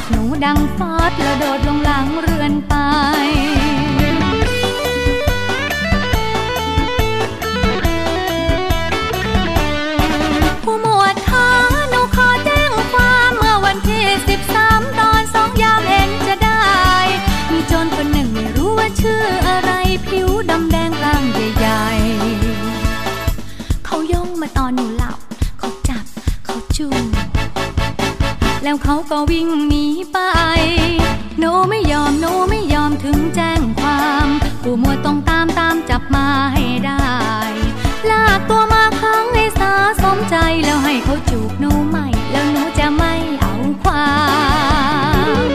หนูดังฟอสแล้วโดดลงหลังเรือนไปผู้หมวดคะหนูขอแจ้งความเมื่อวันที่13ตอน2ยามเห็นจะได้มีโจรคนหนึ่งไม่รู้ว่าชื่ออะไรผิวดำแดงร่างใหญ่ๆเขาย่องมาตอนหนูหลับเขาจับเขาจูบแล้วเขาก็วิ่งหนีไปหนูไม่ยอมถึงแจ้งความผู้หมวดต้องตามจับมาให้ได้ลากตัวมาขังให้สาสมใจแล้วให้เขาจูบหนูใหม่แล้วหนูจะไม่เอาความ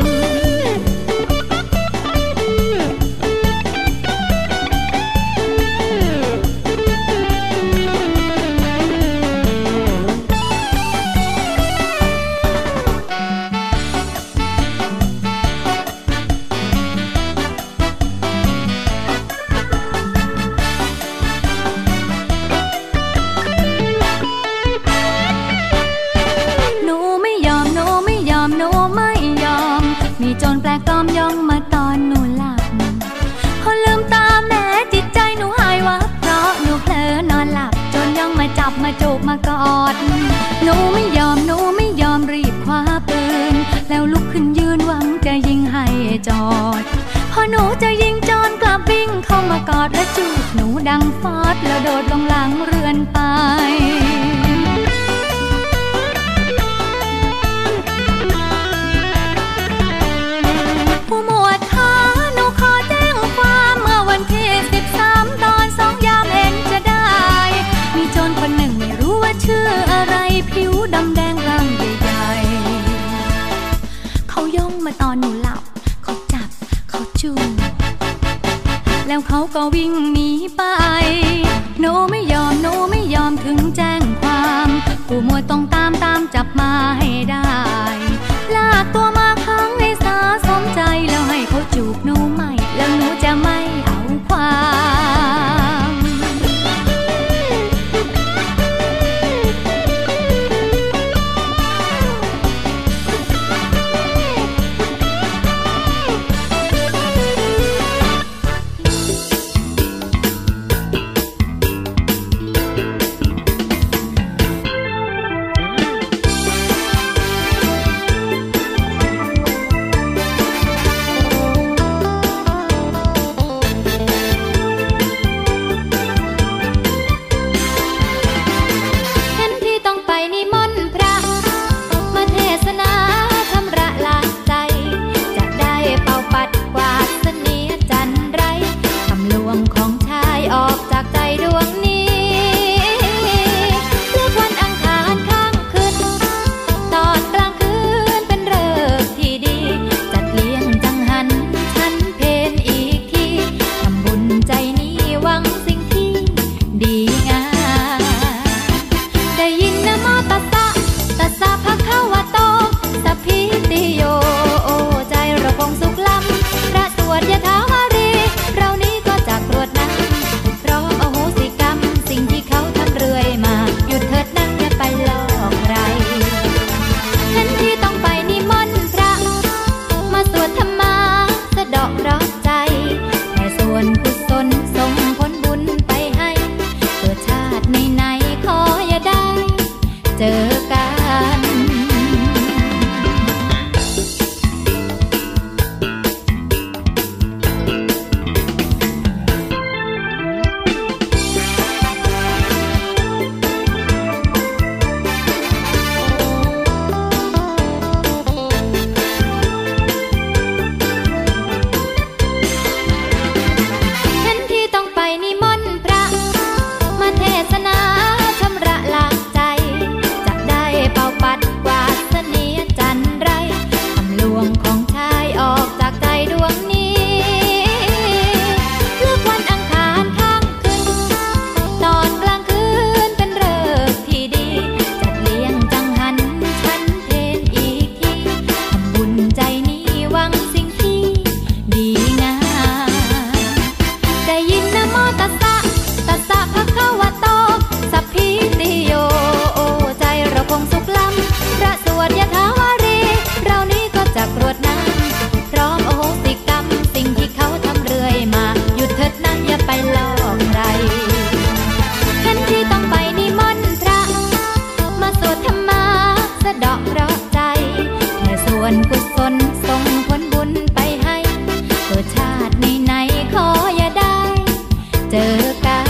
มีโจรแปลกปลอมย่องมาตอนหนูหลับพอลืมตาแม้จิตใจหนูหายวับเพราะหนูเผลอนอนหลับโจรย่องมาจับมาจูบมากอดหนูไม่ยอมรีบคว้าปืนแล้วลุกขึ้นยืนหวังจะยิงให้จอดพอหนูจะยิงโจรกลับวิ่งเข้ามากอดและจูบหนูดังฟอสแล้วโดดลงหลังเรือนไปผู้หมวดคะหนูขอแจ้งความเมื่อวันที่13ตอน2ยามเห็นจะได้มีโจรคนหนึ่งไม่รู้ว่าชื่ออะไรผิวดำแดงร่างใหญ่ๆเขาย่องมาตอนหนูหลับเขาจับเขาจูบแล้วเขาก็วิ่งหนีไปหนูไม่ยอมถึงแจ้งความผู้หมวดต้องตามจับมาให้ได้ลากตัวมาขังให้สาสมใจแล้วให้เขาจูบหนูใหม่แล้วหนูจะไม่เอาความศลส่งผลบุญไปให้เกิดชาติไหนๆขออย่าได้เจอกัน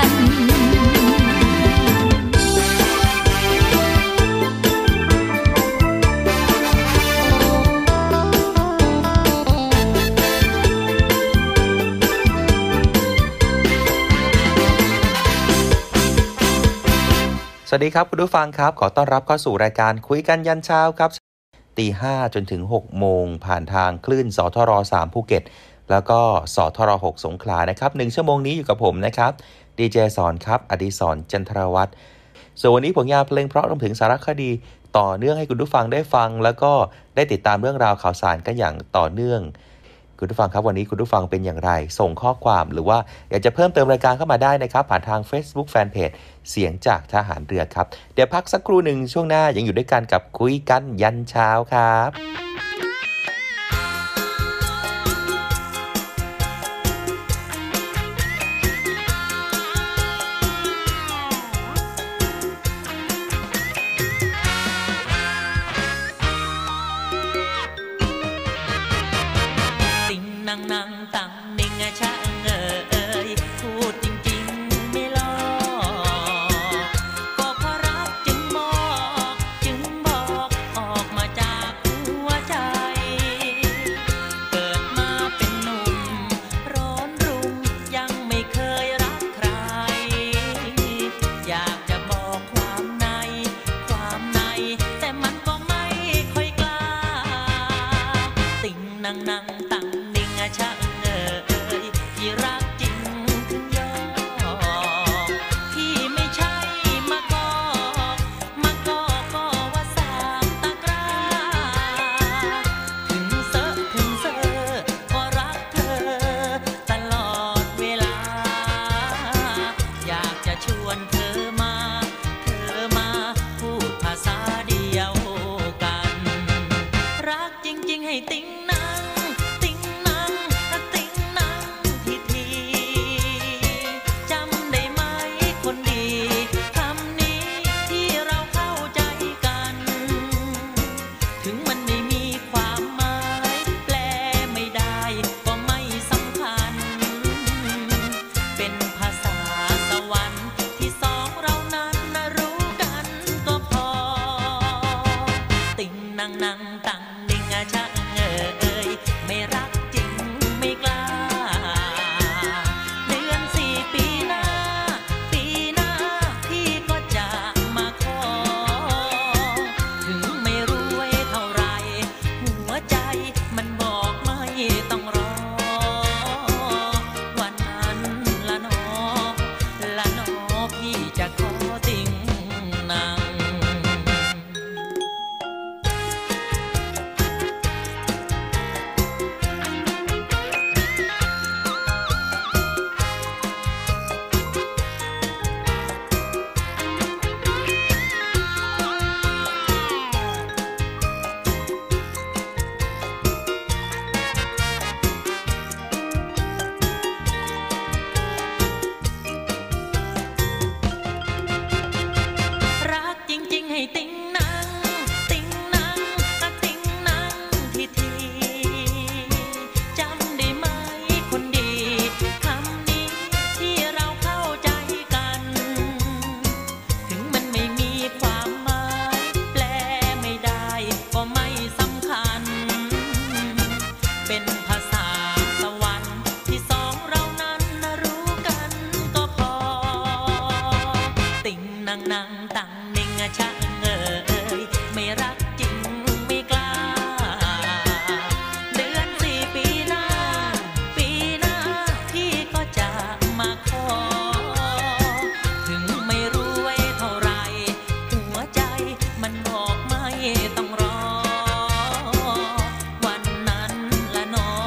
สวัสดีครับคุณผู้ฟังครับขอต้อนรับเข้าสู่รายการคุยกันยันเช้าครับตี 5 จนถึง 6 โมงผ่านทางคลื่นสทร3ภูเก็ตแล้วก็สทร6สงขลานะครับ1ชั่วโมงนี้อยู่กับผมนะครับดีเจสอนครับอดิศรจันทรวัฒน์ส่วนวันนี้ผลงานเพลงเพราะรวมถึงสารคดีต่อเนื่องให้คุณผู้ฟังได้ฟังแล้วก็ได้ติดตามเรื่องราวข่าวสารกันอย่างต่อเนื่องคุณผู้ฟังครับวันนี้คุณผู้ฟังเป็นอย่างไรส่งข้อความหรือว่าอยากจะเพิ่มเติมรายการเข้ามาได้นะครับผ่านทาง Facebook Fanpage เสียงจากทหารเรือครับเดี๋ยวพักสักครู่หนึ่งช่วงหน้ายังอยู่ด้วยกันกับคุยกันยันเช้าครับนั่งตั้งนิ่งชะเอยพูดจริงๆไม่หลอกก็เพราะรักจึงบอกออกมาจากหัวใจเกิดมาเป็นหนุ่มร้อนรุ่งยังไม่เคยรักใครอยากจะบอกความในแต่มันก็ไม่ค่อยกล้าติ่งนั่งตั้งชะเอยที่รักจริงถึงยอมที่ไม่ใช่มากก็ว่าสามตะกร้าถึงเซ่อก็รักเธอตลอดเวลาอยากจะชวนเธอมาพูดภาษาเดียวกันรักจริงๆให้ติ๊งนั่งตั้งนิ่งชะเอยไม่รักจริงไม่กล้าเดือน4ปีหน้าพี่ก็จะมาขอถึงไม่รวยเท่าไรหัวใจมันบอกไม่ต้องรอวันนั้นละหนอพี่จะขอติ่งนั่งนั่งตั้งนิ่งชะเอยไม่รักจริงไม่กล้าเดือน4ปีหน้าพี่ก็จะมาขอถึงไม่รวยเท่าไรหัวใจมันบอกไม่ต้องรอวันนั้นละหนอ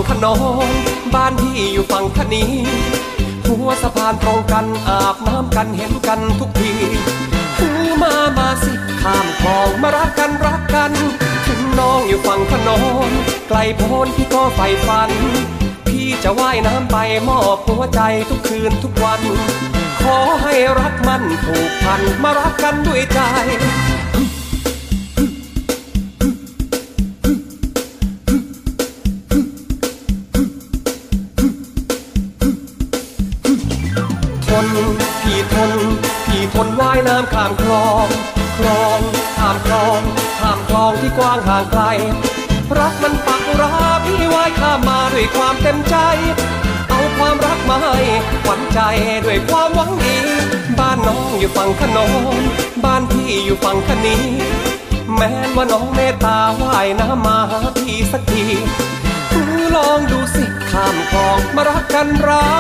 ขนองบ้านพี่อยู่ฝั่งคะนีหัวสะพานตรงกันอาบน้ำกันเห็นกันทุกทีมาสิข้ามคลองมารักกันถึงน้องอยู่ฝั่งขนองไกลโพ้นพี่ก็ใฝ่ฝันพี่จะว่ายน้ำไปมอบหัวใจทุกคืนทุกวันขอให้รักมันผูกพันมารักกันด้วยใจพี่ทนว่ายน้ำข้ามคลองข้ามคลองที่กว้างห่างไกลรักมันปักราพี่ว่ายข้ามมาด้วยความเต็มใจเอาความรักมาให้ขวัญใจด้วยความหวังดีบ้านน้องอยู่ฝั่งขนองบ้านพี่อยู่ฝั่งคะนีแม้ว่าน้องเมตตาว่ายน้ำมาหาพี่สักทีลองดูสิข้ามคลองมารักกัน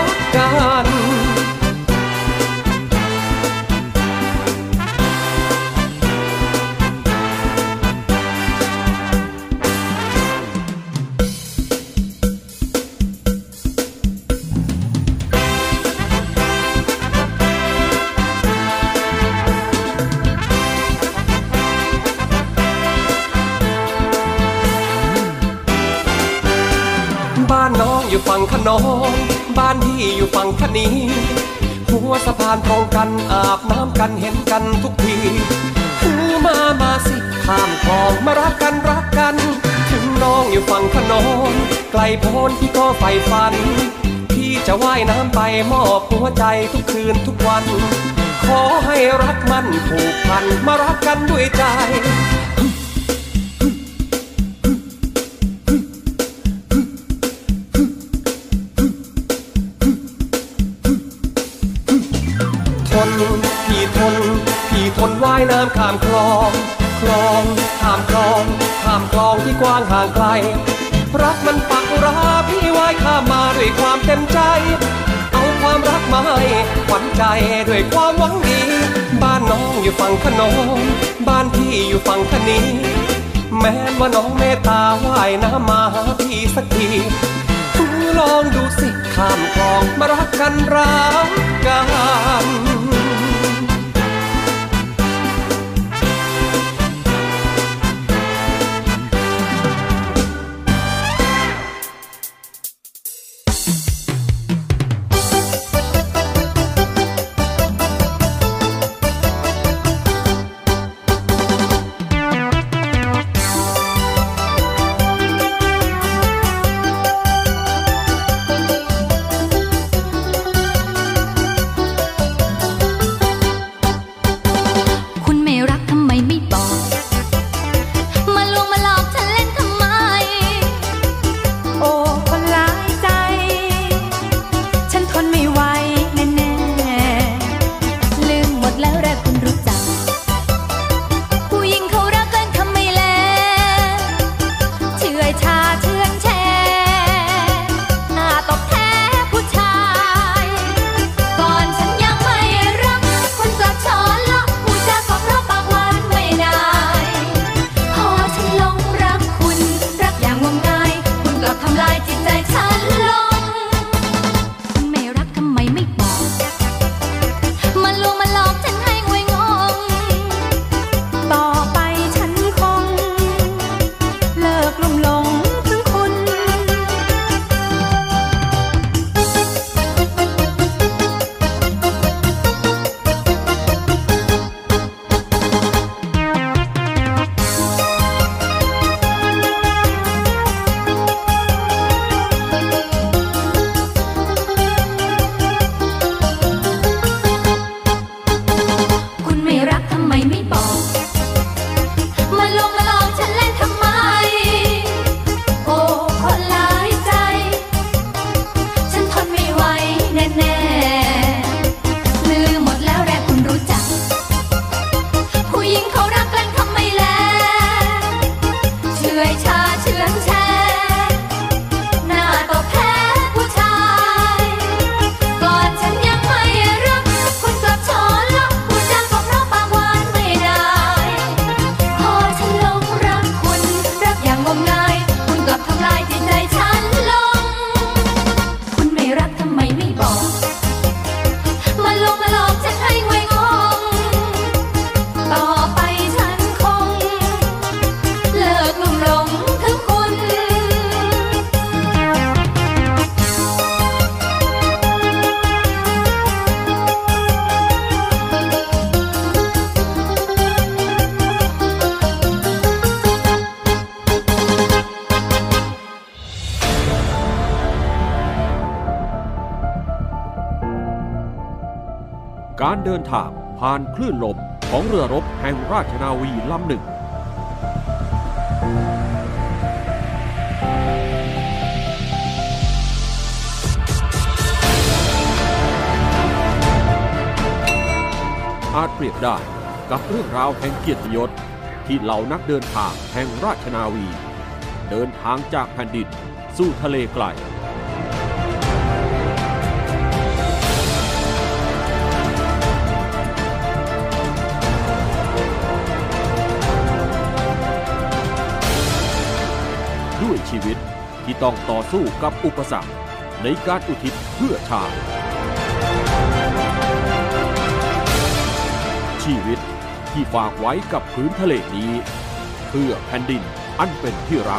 บ้านน้องอยู่ฝั่งขนองบ้านพี่อยู่ฝั่งคะนีหัวสะพานตรงกันอาบน้ำกันเห็นกันทุกทีมาสิข้ามคลองมารักกันถึงน้องอยู่ฝั่งขนองไกลโพ้นพี่ก็ใฝ่ฝันพี่จะว่ายน้ำไปมอบหัวใจทุกคืนทุกวันขอให้รักมันผูกพันมารักกันด้วยใจพี่ทนว่ายน้ำข้ามคลองข้ามคลองที่กว้างห่างไกลรักมันปักราพี่ว่ายข้ามมาด้วยความเต็มใจเอาความรักมาให้ขวัญใจด้วยความหวังดีบ้านน้องอยู่ฝั่งขนองบ้านพี่อยู่ฝั่งคะนีแม้ว่าน้องเมตตาว่ายน้ำมาหาพี่สักทีลองดูสิข้ามคลองมารักกันการเดินทางผ่านคลื่นลมของเรือรบแห่งราชนาวีลำหนึ่งอาจเปรียบได้กับเรื่องราวแห่งเกียรติยศที่เหล่านักเดินทางแห่งราชนาวีเดินทางจากแผ่นดินสู่ทะเลไกลด้วยชีวิตที่ต้องต่อสู้กับอุปสรรคในการอุทิศเพื่อชาติชีวิตที่ฝากไว้กับพื้นทะเลนี้เพื่อแผ่นดินอันเป็นที่รัก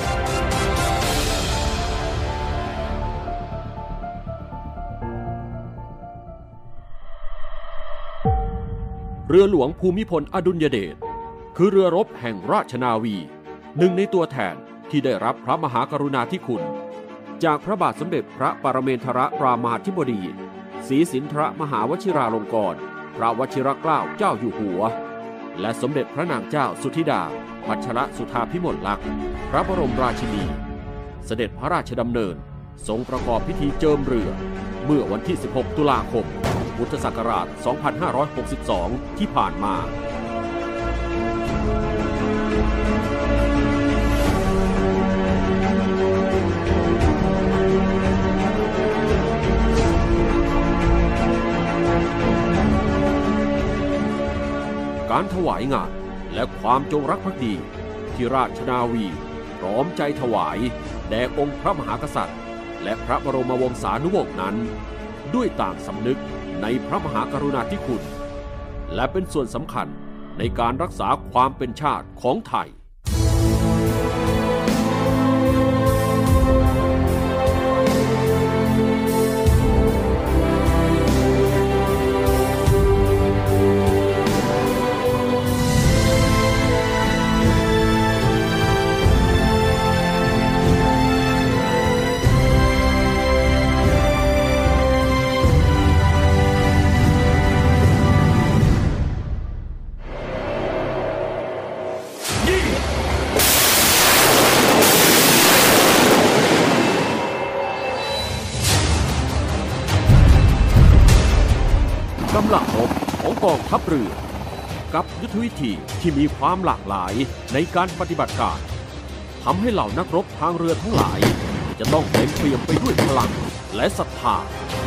เรือหลวงภูมิพลอดุลยเดชคือเรือรบแห่งราชนาวีหนึ่งในตัวแทนที่ได้รับพระมหากรุณาธิคุณจากพระบาทสมเด็จพระปรเมนทรรามาธิบดีศรีสินธรมหาวชิราลงกรณ์พระวชิรเกล้าเจ้าอยู่หัวและสมเด็จพระนางเจ้าสุธิดาพัชรสุธาภิมลลักษณ์พระบรมราชินีเสด็จพระราชดำเนินทรงประกอบพิธีเจิมเรือเมื่อวันที่ 16 ตุลาคม พุทธศักราช 2562 ที่ผ่านมาการถวายงานและความจงรักภักดีที่ราชนาวีพร้อมใจถวายแด่องค์พระมหากษัตริย์และพระบรมวงศานุวงศ์นั้นด้วยต่างสำนึกในพระมหากรุณาธิคุณและเป็นส่วนสำคัญในการรักษาความเป็นชาติของไทยกำลังรบของกองทัพเรือกับยุทธวิธีที่มีความหลากหลายในการปฏิบัติการทำให้เหล่านักรบทางเรือทั้งหลายจะต้องเต็มเปี่ยมไปด้วยพลังและศรัทธา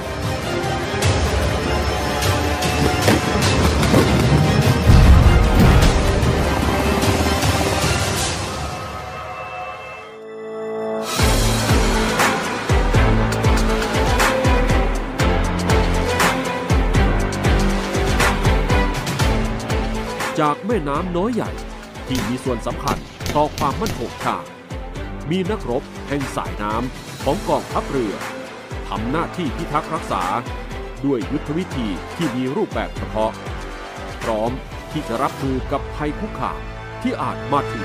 จากแม่น้ำน้อยใหญ่ที่มีส่วนสำคัญต่อความมั่นคงชาติมีนักรบแห่งสายน้ำของกองทัพเรือทำหน้าที่พิทักษ์รักษาด้วยยุทธวิธีที่มีรูปแบบเฉพาะพร้อมที่จะรับมือกับภัยคุกคามที่อาจมาถึง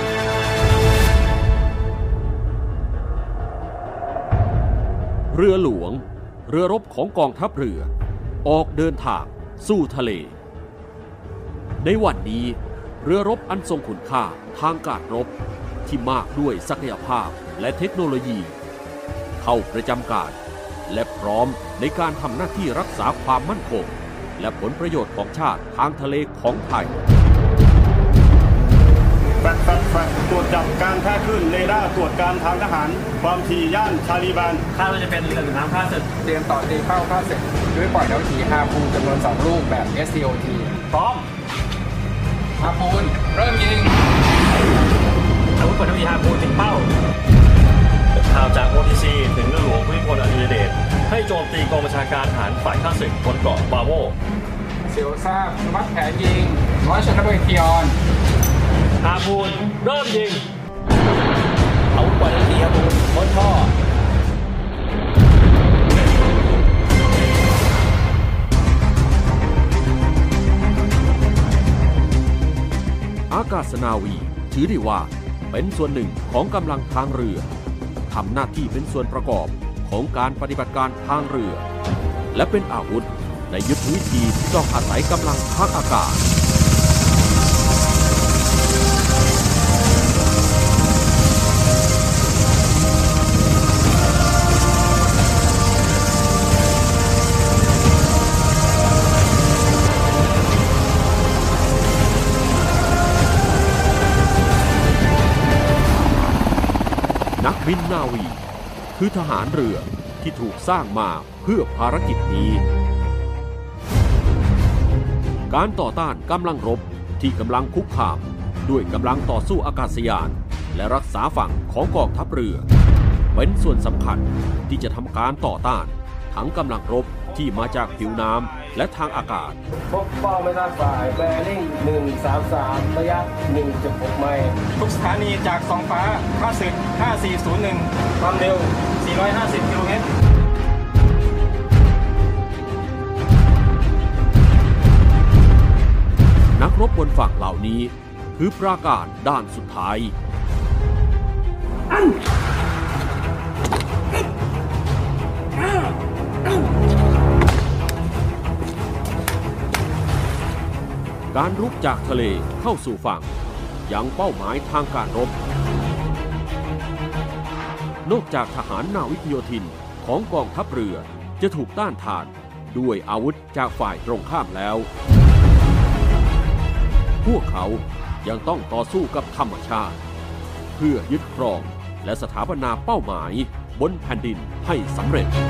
เรือหลวงเรือรบของกองทัพเรือออกเดินทางสู่ทะเลในวันนี้เรือรบอันทรงคุณค่าทางการรบที่มากด้วยศักยภาพและเทคโนโลยีเข้าประจำการและพร้อมในการทำหน้าที่รักษาความมั่นคงและผลประโยชน์ของชาติทางทะเลของไทยแฟดตรวจจับการแพร่คลื่นเรดาร์ตรวจการทางทหารความถี่ย่านชาลีแบนคาดว่าจะเป็นเรือหรือน้ำข้าศึกเตรียมต่อตีเข้าข้าศึกด้วยปล่อยดาวถีฮาพูจำนวน2ลูกแบบ SCOT พร้อมฮาพูนเริ่มยิงอาวุธปืนดาวถีฮาพูนถึงเป้าข่าวจาก OTC ถึงเรือหลวงภูมิพลอดุลยเดชให้โจมตีกองบัญชาการทหารฝ่ายข้าศึกบนเกาะบาโวเซียวซ่าวัดแผนยิงร้อยชนบทคิออนฮาพูนเริ่มยิงอาวุธปืนดาวถีฮาพูนบนท่ออากาศนาวีถือได้ว่าเป็นส่วนหนึ่งของกำลังทางเรือทำหน้าที่เป็นส่วนประกอบของการปฏิบัติการทางเรือและเป็นอาวุธในยุทธวิธีที่ต้องอาศัยกำลังทางอากาศนักบินนาวีคือทหารเรือที่ถูกสร้างมาเพื่อภารกิจนี้การต่อต้านกำลังรบที่กำลังคุกคามด้วยกำลังต่อสู้อากาศยานและรักษาฝั่งของกองทัพเรือเป็นส่วนสำคัญที่จะทำการต่อต้านทั้งกำลังรบที่มาจากผิวน้ำและทางอากาศพบเป้าไม่ทราบฝ่ายแบริ่ง133ระยะ 1.6 ไมล์ทุกสถานีจากสองฟ้าข้าศึก5401ความเร็ว450 กิโลเมตรนักรบบนฝั่งเหล่านี้คือปราการด้านสุดท้ายการรุกจากทะเลเข้าสู่ฝั่งยังเป้าหมายทางการรบนอกจากทหารนาวิกโยธินของกองทัพเรือจะถูกต้านทานด้วยอาวุธจากฝ่ายตรงข้ามแล้วพวกเขายังต้องต่อสู้กับธรรมชาติเพื่อยึดครองและสถาปนาเป้าหมายบนแผ่นดินให้สำเร็จ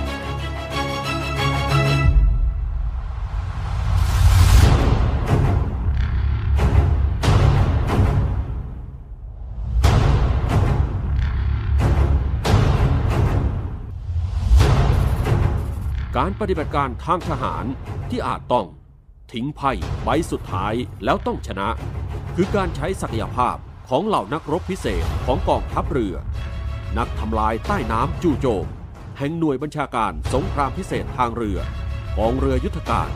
การปฏิบัติการทางทหารที่อาจต้องทิ้งไพ่ใบสุดท้ายแล้วต้องชนะคือการใช้ศักยภาพของเหล่านักรบพิเศษของกองทัพเรือนักทำลายใต้น้ำจู่โจมแห่งหน่วยบัญชาการสงครามพิเศษทางเรือกองเรือยุทธการ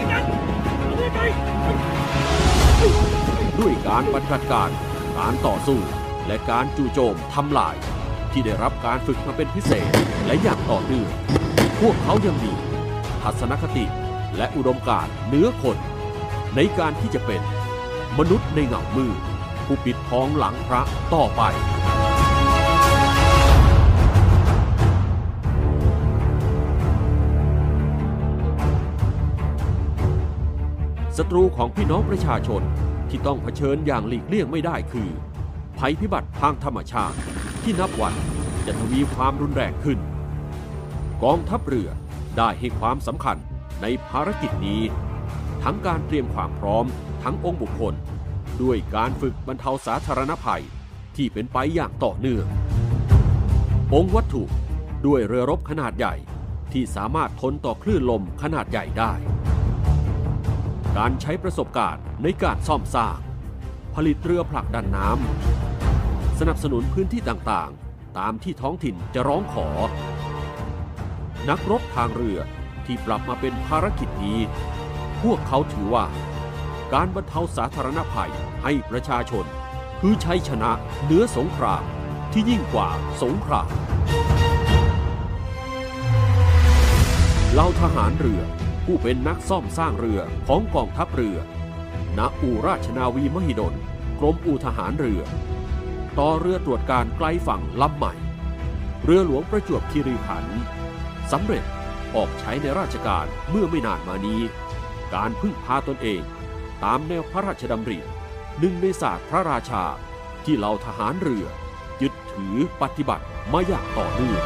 ด้วยการปฏิบัติการการต่อสู้และการจู่โจมทำลายที่ได้รับการฝึกมาเป็นพิเศษและอย่างต่อเนื่องพวกเขายังมีทัศนคติและอุดมการณ์เหนือคนในการที่จะเป็นมนุษย์ในเงามืดผู้ปิดทองหลังพระต่อไปศัตรูของพี่น้องประชาชนที่ต้องเผชิญอย่างหลีกเลี่ยงไม่ได้คือภัยพิบัติทางธรรมชาติที่นับวันจะทวีความรุนแรงขึ้นกองทัพเรือได้ให้ความสำคัญในภารกิจนี้ทั้งการเตรียมความพร้อมทั้งองค์บุคคลด้วยการฝึกบรรเทาสาธารณภัยที่เป็นไปอย่างต่อเนื่ององค์วัตถุด้วยเรือรบขนาดใหญ่ที่สามารถทนต่อคลื่นลมขนาดใหญ่ได้การใช้ประสบการณ์ในการซ่อมสร้างผลิตเรือผลักดันน้ำสนับสนุนพื้นที่ต่างๆตามที่ท้องถิ่นจะร้องขอนักรบทางเรือที่ปรับมาเป็นภารกิจนี้พวกเขาถือว่าการบรรเทาสาธารณภัยให้ประชาชนคือชัยชนะเหนือสงครามที่ยิ่งกว่าสงครามเหล่าทหารเรือผู้เป็นนักซ่อมสร้างเรือของกองทัพเรือณอู่ราชนาวีมหิดลกรมอู่ทหารเรือต่อเรือตรวจการไกลฝั่งลำใหม่เรือหลวงประจวบคีรีขันธ์สำเร็จออกใช้ในราชการเมื่อไม่นานมานี้การพึ่งพาตนเองตามแนวพระราชดำริหนึ่งในศาสตร์พระราชาที่เหล่าทหารเรือยึดถือปฏิบัติมาอย่างต่อเนื่อง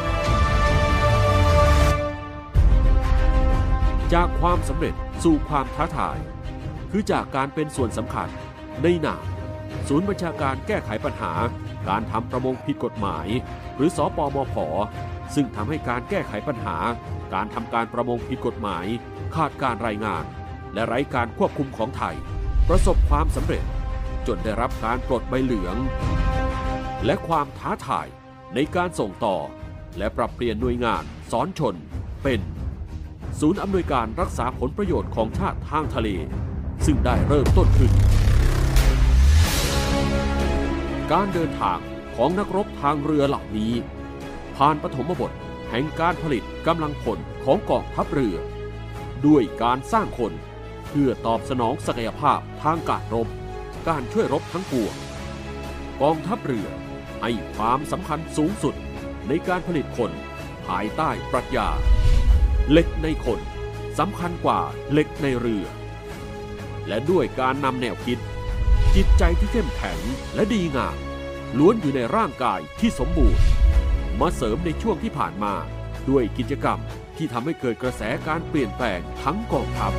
จากความสำเร็จสู่ความท้าทายคือจากการเป็นส่วนสำคัญในนามศูนย์บัญชาการแก้ไขปัญหาการทำประมงผิดกฎหมายหรือสปมผ.ซึ่งทำให้การแก้ไขปัญหาการทำการประมงผิดกฎหมายขาดการรายงานและไร้การควบคุมของไทยประสบความสำเร็จจนได้รับการปลดใบเหลืองและความท้าทายในการส่งต่อและปรับเปลี่ยนหน่วยงานสอนชนเป็นศูนย์อำนวยการรักษาผลประโยชน์ของชาติทางทะเลซึ่งได้เริ่มต้นขึ้นการเดินทางของนักรบทางเรือเหล่านี้ผ่านปฐมบทแห่งการผลิตกำลังพลของกองทัพเรือด้วยการสร้างคนเพื่อตอบสนองศักยภาพทางการรบการช่วยรบทั้งปวงกองทัพเรือให้ความสำคัญสูงสุดในการผลิตคนภายใต้ปรัชญาเหล็กในคนสำคัญกว่าเหล็กในเรือและด้วยการนำแนวคิดจิตใจที่เข้มแข็งและดีงามล้วนอยู่ในร่างกายที่สมบูรณ์มาเสริมในช่วงที่ผ่านมาด้วยกิจกรรมที่ทำให้เกิดกระแสการเปลี่ยนแปลงทั้งกองทัพ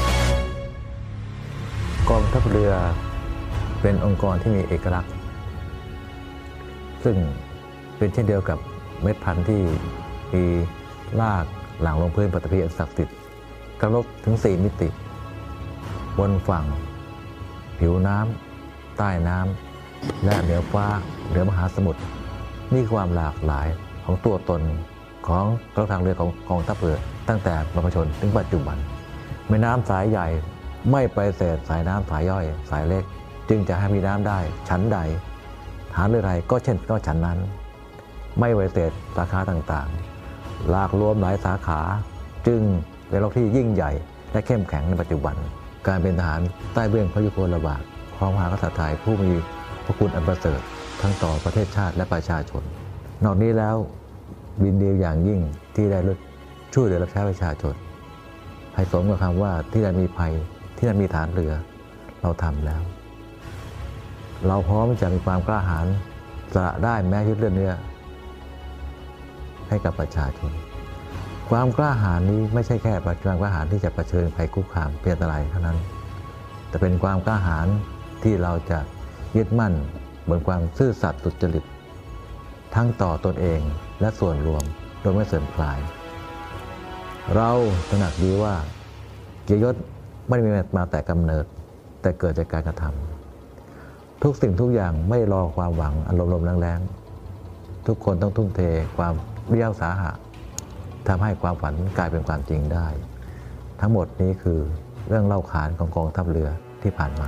กองทัพเรือเป็นองค์กรที่มีเอกลักษณ์ซึ่งเป็นเช่นเดียวกับเม็ดพันธุ์ที่มีรากหลังลงพื้นปฐพีอันศักดิ์สิทธิ์กระลบถึง4มิติบนฝั่งผิวน้ำใต้น้ำและเหนือฟ้าเหนือมหาสมุทรนี่ความหลากหลายของตัวตนของกองทัพเรือของกองทัพเรือตั้งแต่บรรพชนถึงปัจจุบันแม่น้ำสายใหญ่ไม่ไปเศษสายน้ำสายย่อยสายเล็กจึงจะให้มีน้ำได้ชั้นใดฐานเรือใดก็เช่นก็ชั้นนั้นไม่ไปเศษสาขาต่างๆหลากรวมหลายสาขาจึงเป็นโลกที่ยิ่งใหญ่และเข้มแข็งในปัจจุบันการเป็นทหารใต้เบื้องพระยุคลบาทของมหากษัตริย์ไทยผู้มีพระคุณอันประเสริฐทั้งต่อประเทศชาติและประชาชนนอกนี้แล้วบินดีอย่างยิ่งที่ได้ช่วยเหลือรับใช้ประชาชนให้สมกับคำว่าที่ใดมีภัยที่ใดมีฐานเรือเราทำแล้วเราพร้อมจะมีความกล้าหาญสละได้แม้ชีวิตเลือดเนื้อให้กับประชาชนความกล้าหาญนี้ไม่ใช่แค่ความกล้าหาญที่จะเผชิญภัยคุกคามเพียงอะไรเท่านั้นแต่เป็นความกล้าหาญที่เราจะยึดมั่นบนความซื่อสัตย์สุจริตทั้งต่อตนเองและส่วนรวมโดยไม่เสื่อมคลายเราตระหนักดีว่าเกียรติยศไม่ได้มีมาแต่กำเนิดแต่เกิดจากการกระทำทุกสิ่งทุกอย่างไม่รอความหวังอารมณ์ลมแรงๆทุกคนต้องทุ่มเทความเรียวสาหะทำให้ความฝันกลายเป็นความจริงได้ทั้งหมดนี้คือเรื่องเล่าขานของกองทัพเรือที่ผ่านมา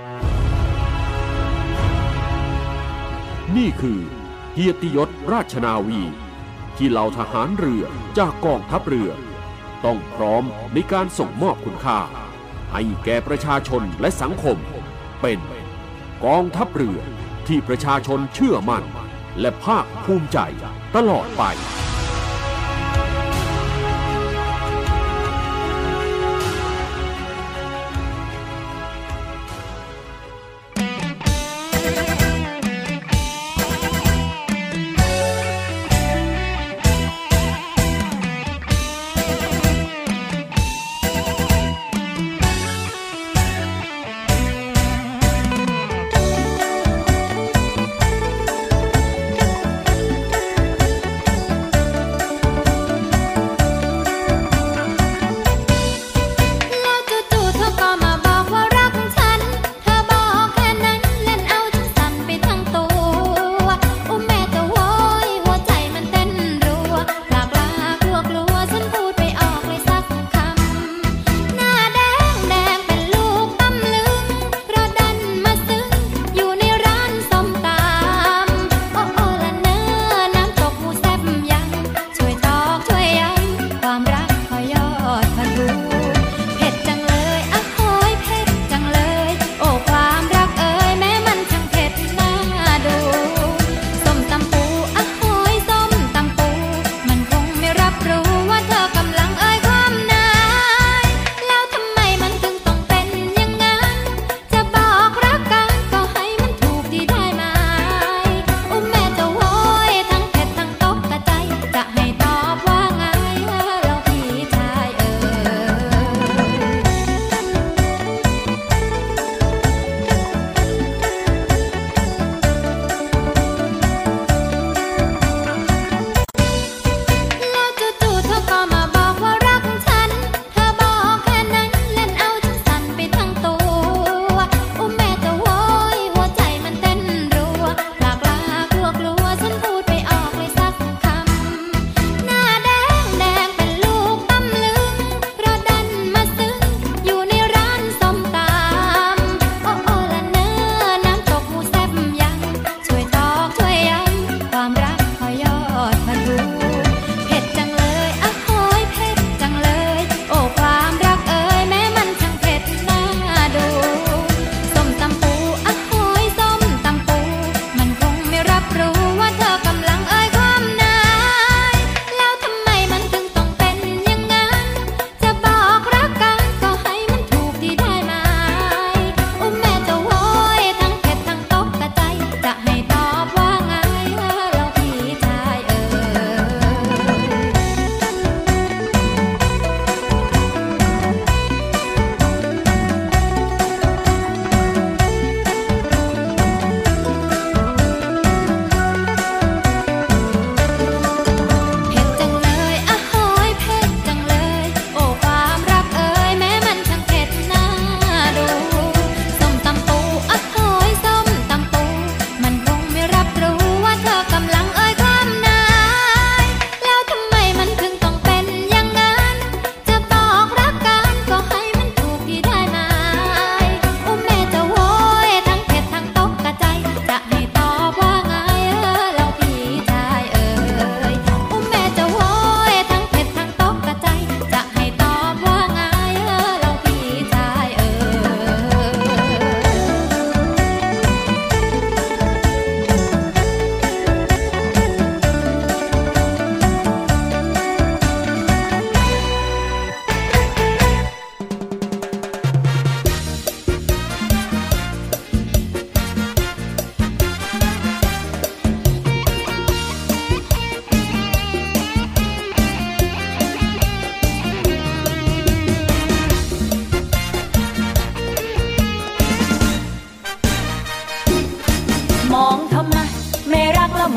นี่คือเกียรติยศราชนาวีที่เหล่าทหารเรือจากกองทัพเรือต้องพร้อมในการส่งมอบคุณค่าให้แก่ประชาชนและสังคมเป็นกองทัพเรือที่ประชาชนเชื่อมั่นและภาคภูมิใจตลอดไป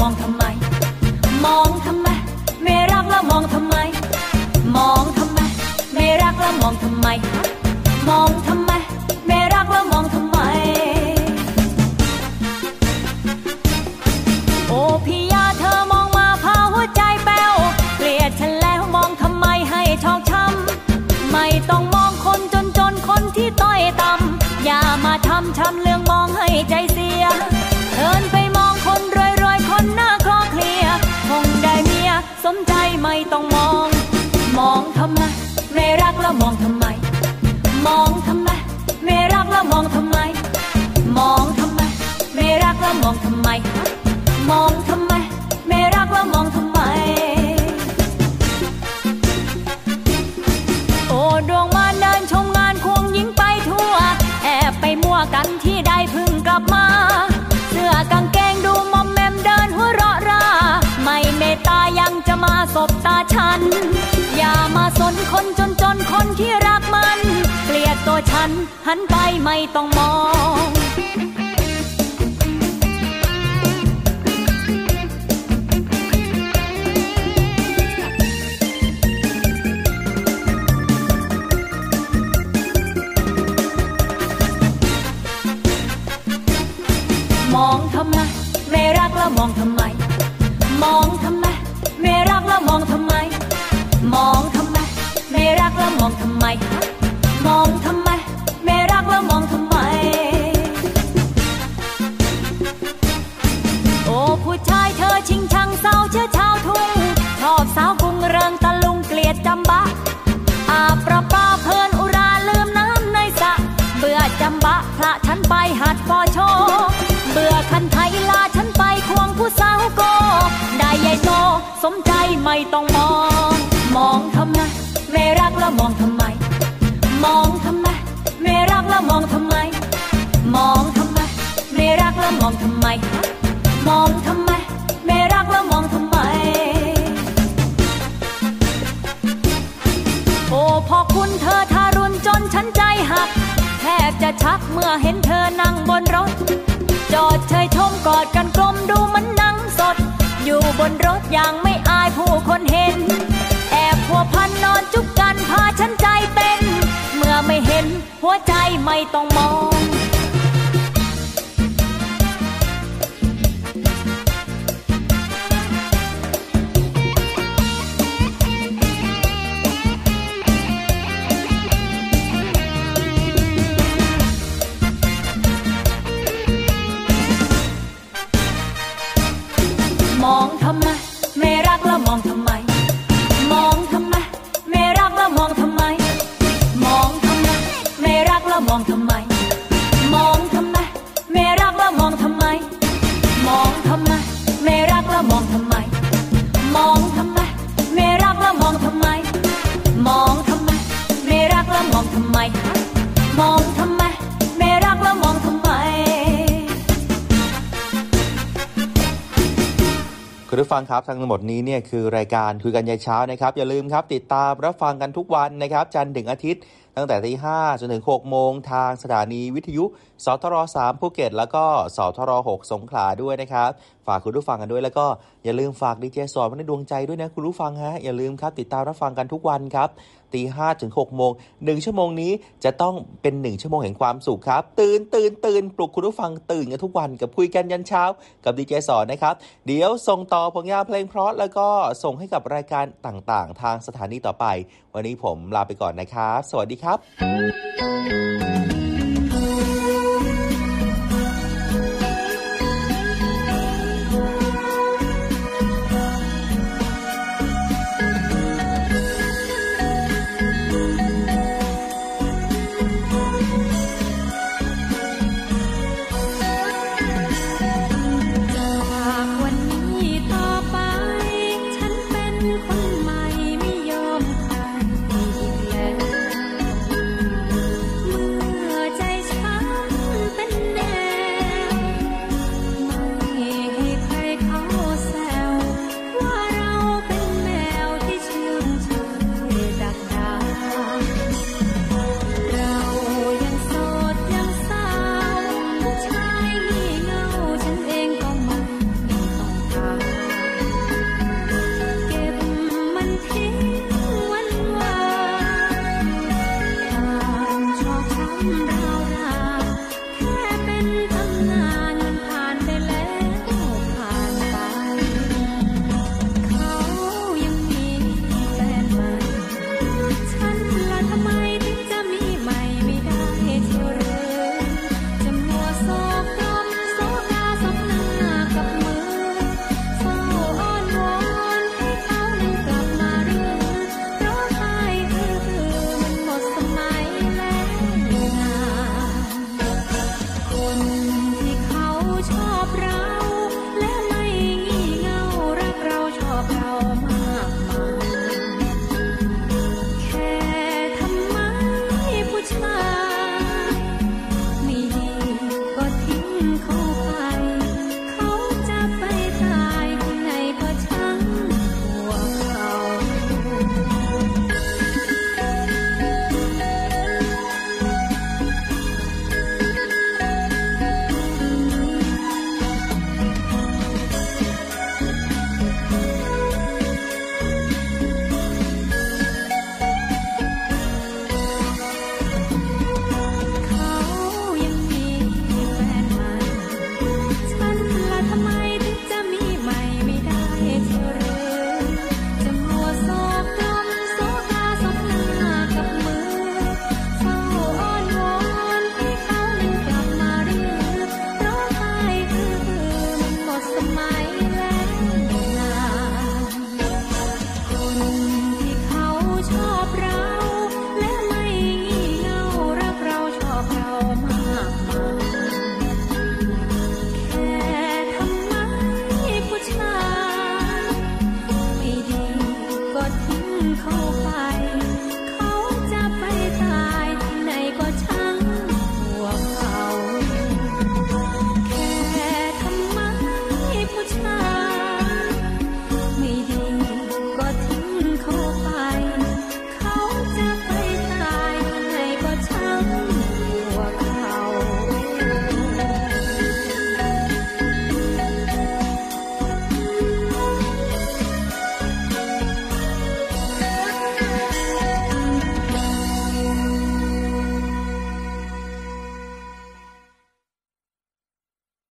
องทำไมมองทำไมไม่รักแล้วมองทำไมมองทำไมไม่รักแล้วมองทำไมมองทำไมไม่รักแล้วมองทำไมโอ้พี่ยาเธอมองมาพาหัวใจแป้วเกลียดฉันแล้วมองทำไมให้ชอกช้ำไม่ต้องมองคนจนคนที่ต้อยต่ำอย่ามาทำช้ำเรื่องมองให้ใจเสียเดินไปมองคนรวยคนหน้าคลอเคลียคงได้เมียสมใจไม่ต้องมองมองทำไมไม่รักแล้วมองทำไมมองทำไมไม่รักแล้วมองทำไมมองทำไมไม่รักแล้วมองทำไมมองทำไมไม่รักแล้วมองทำไมโอ้ดวงมารเดินชมงานควงหญิงไปทั่วแอบไปมั่วกันที่ใดเพิ่งกลับมาเสื้อกางเกงดูมอมแมมเดินหัวเราะราไม่เมตตายังจะมาสบตาฉันอย่ามาสนคนจนคนที่รักมันเกลียดตัวฉันหันไปไม่ต้องมองมองทำไมไม่รักแล้วมองทำไมมองทำไมไม่รักแล้วมองทำไมมองทำไมไม่รักแล้วมองทำไมมองทำไมไม่รักแล้วมองทำไมโอ้ผู้ชายเธอชิงชังเศร้าเชื้อชาวทุ่งชอบสาวกรุงเริงตะลุงเกลียดจำบะอาประปาเพลินอุราลืมน้ำในสระเบื่อจำบะพระฉันไปหัดฟอโชเบื่อคันไทยลาฉันไปควงผู้สาวโกได้ใหญ่โตสมใจไม่ต้องมองมองทำไมไม่รักแล้วมองทำไมมองทำไมไม่รักแล้วมองทำไมมองทำไมไม่รักแล้วมองทำไมมองทำไมไม่รักแล้วมองทำไมโอ้พอคุณเธอทารุณจนฉันใจหักแทบจะชักเมื่อเห็นเธอนั่งบนรถจอดเชยชมกอดกันกลมดูมันหนังสดอยู่บนรถอย่างไม่อายผู้คนเห็นแอบพัวพันนอนจุกกันพาฉันใจเต้นเมื่อไม่เห็นหัวใจไม่ต้องมองมองทำไมไม่รักแล้วมองทำไมมองทำไมไม่รักแล้วมองทำไมมองทำไมไม่รักแล้วมองทำไมมองทำไมไม่รักแล้วมองทำไมมองทำไมไม่รักแล้วมองทำไมมองทำไมไม่รักแล้วมองทำไมมองทำไมไม่รักแล้วมองทำไมมองทำไมไม่รักแล้วมองทำไมคุณผู้ฟังครับทั้งหมดนี้เนี่ยคือรายการคุยกันยามเช้านะครับอย่าลืมครับติดตามรับฟังกันทุกวันนะครับจันทร์ถึงอาทิตย์ตั้งแต่ 5:00 จนถึง 6:00 นทางสถานีวิทยุสทร3ภูเก็ตแล้วก็สทร6สงขลาด้วยนะครับฝากคุณผู้ฟังกันด้วยแล้วก็อย่าลืมฝากดีเจสอนไว้ในดวงใจด้วยนะคุณผู้ฟังฮะอย่าลืมครับติดตามรับฟังกันทุกวันครับ 5:00 ถึง 6:00 น1ชั่วโมงนี้จะต้องเป็น1ชั่วโมงแห่งความสุขครับตื่นปลุกคุณผู้ฟังตื่นกันทุกวันกับคุยกันยันเช้ากับดีเจสอนนะครับเดี๋ยวส่งต่อผลงานเพลงเพราะแล้วก็ส่งให้กับรายการต่างๆทางสถานีต่อไปวันนี้ผมลาไปก่อนนะครับสวัสดีครับ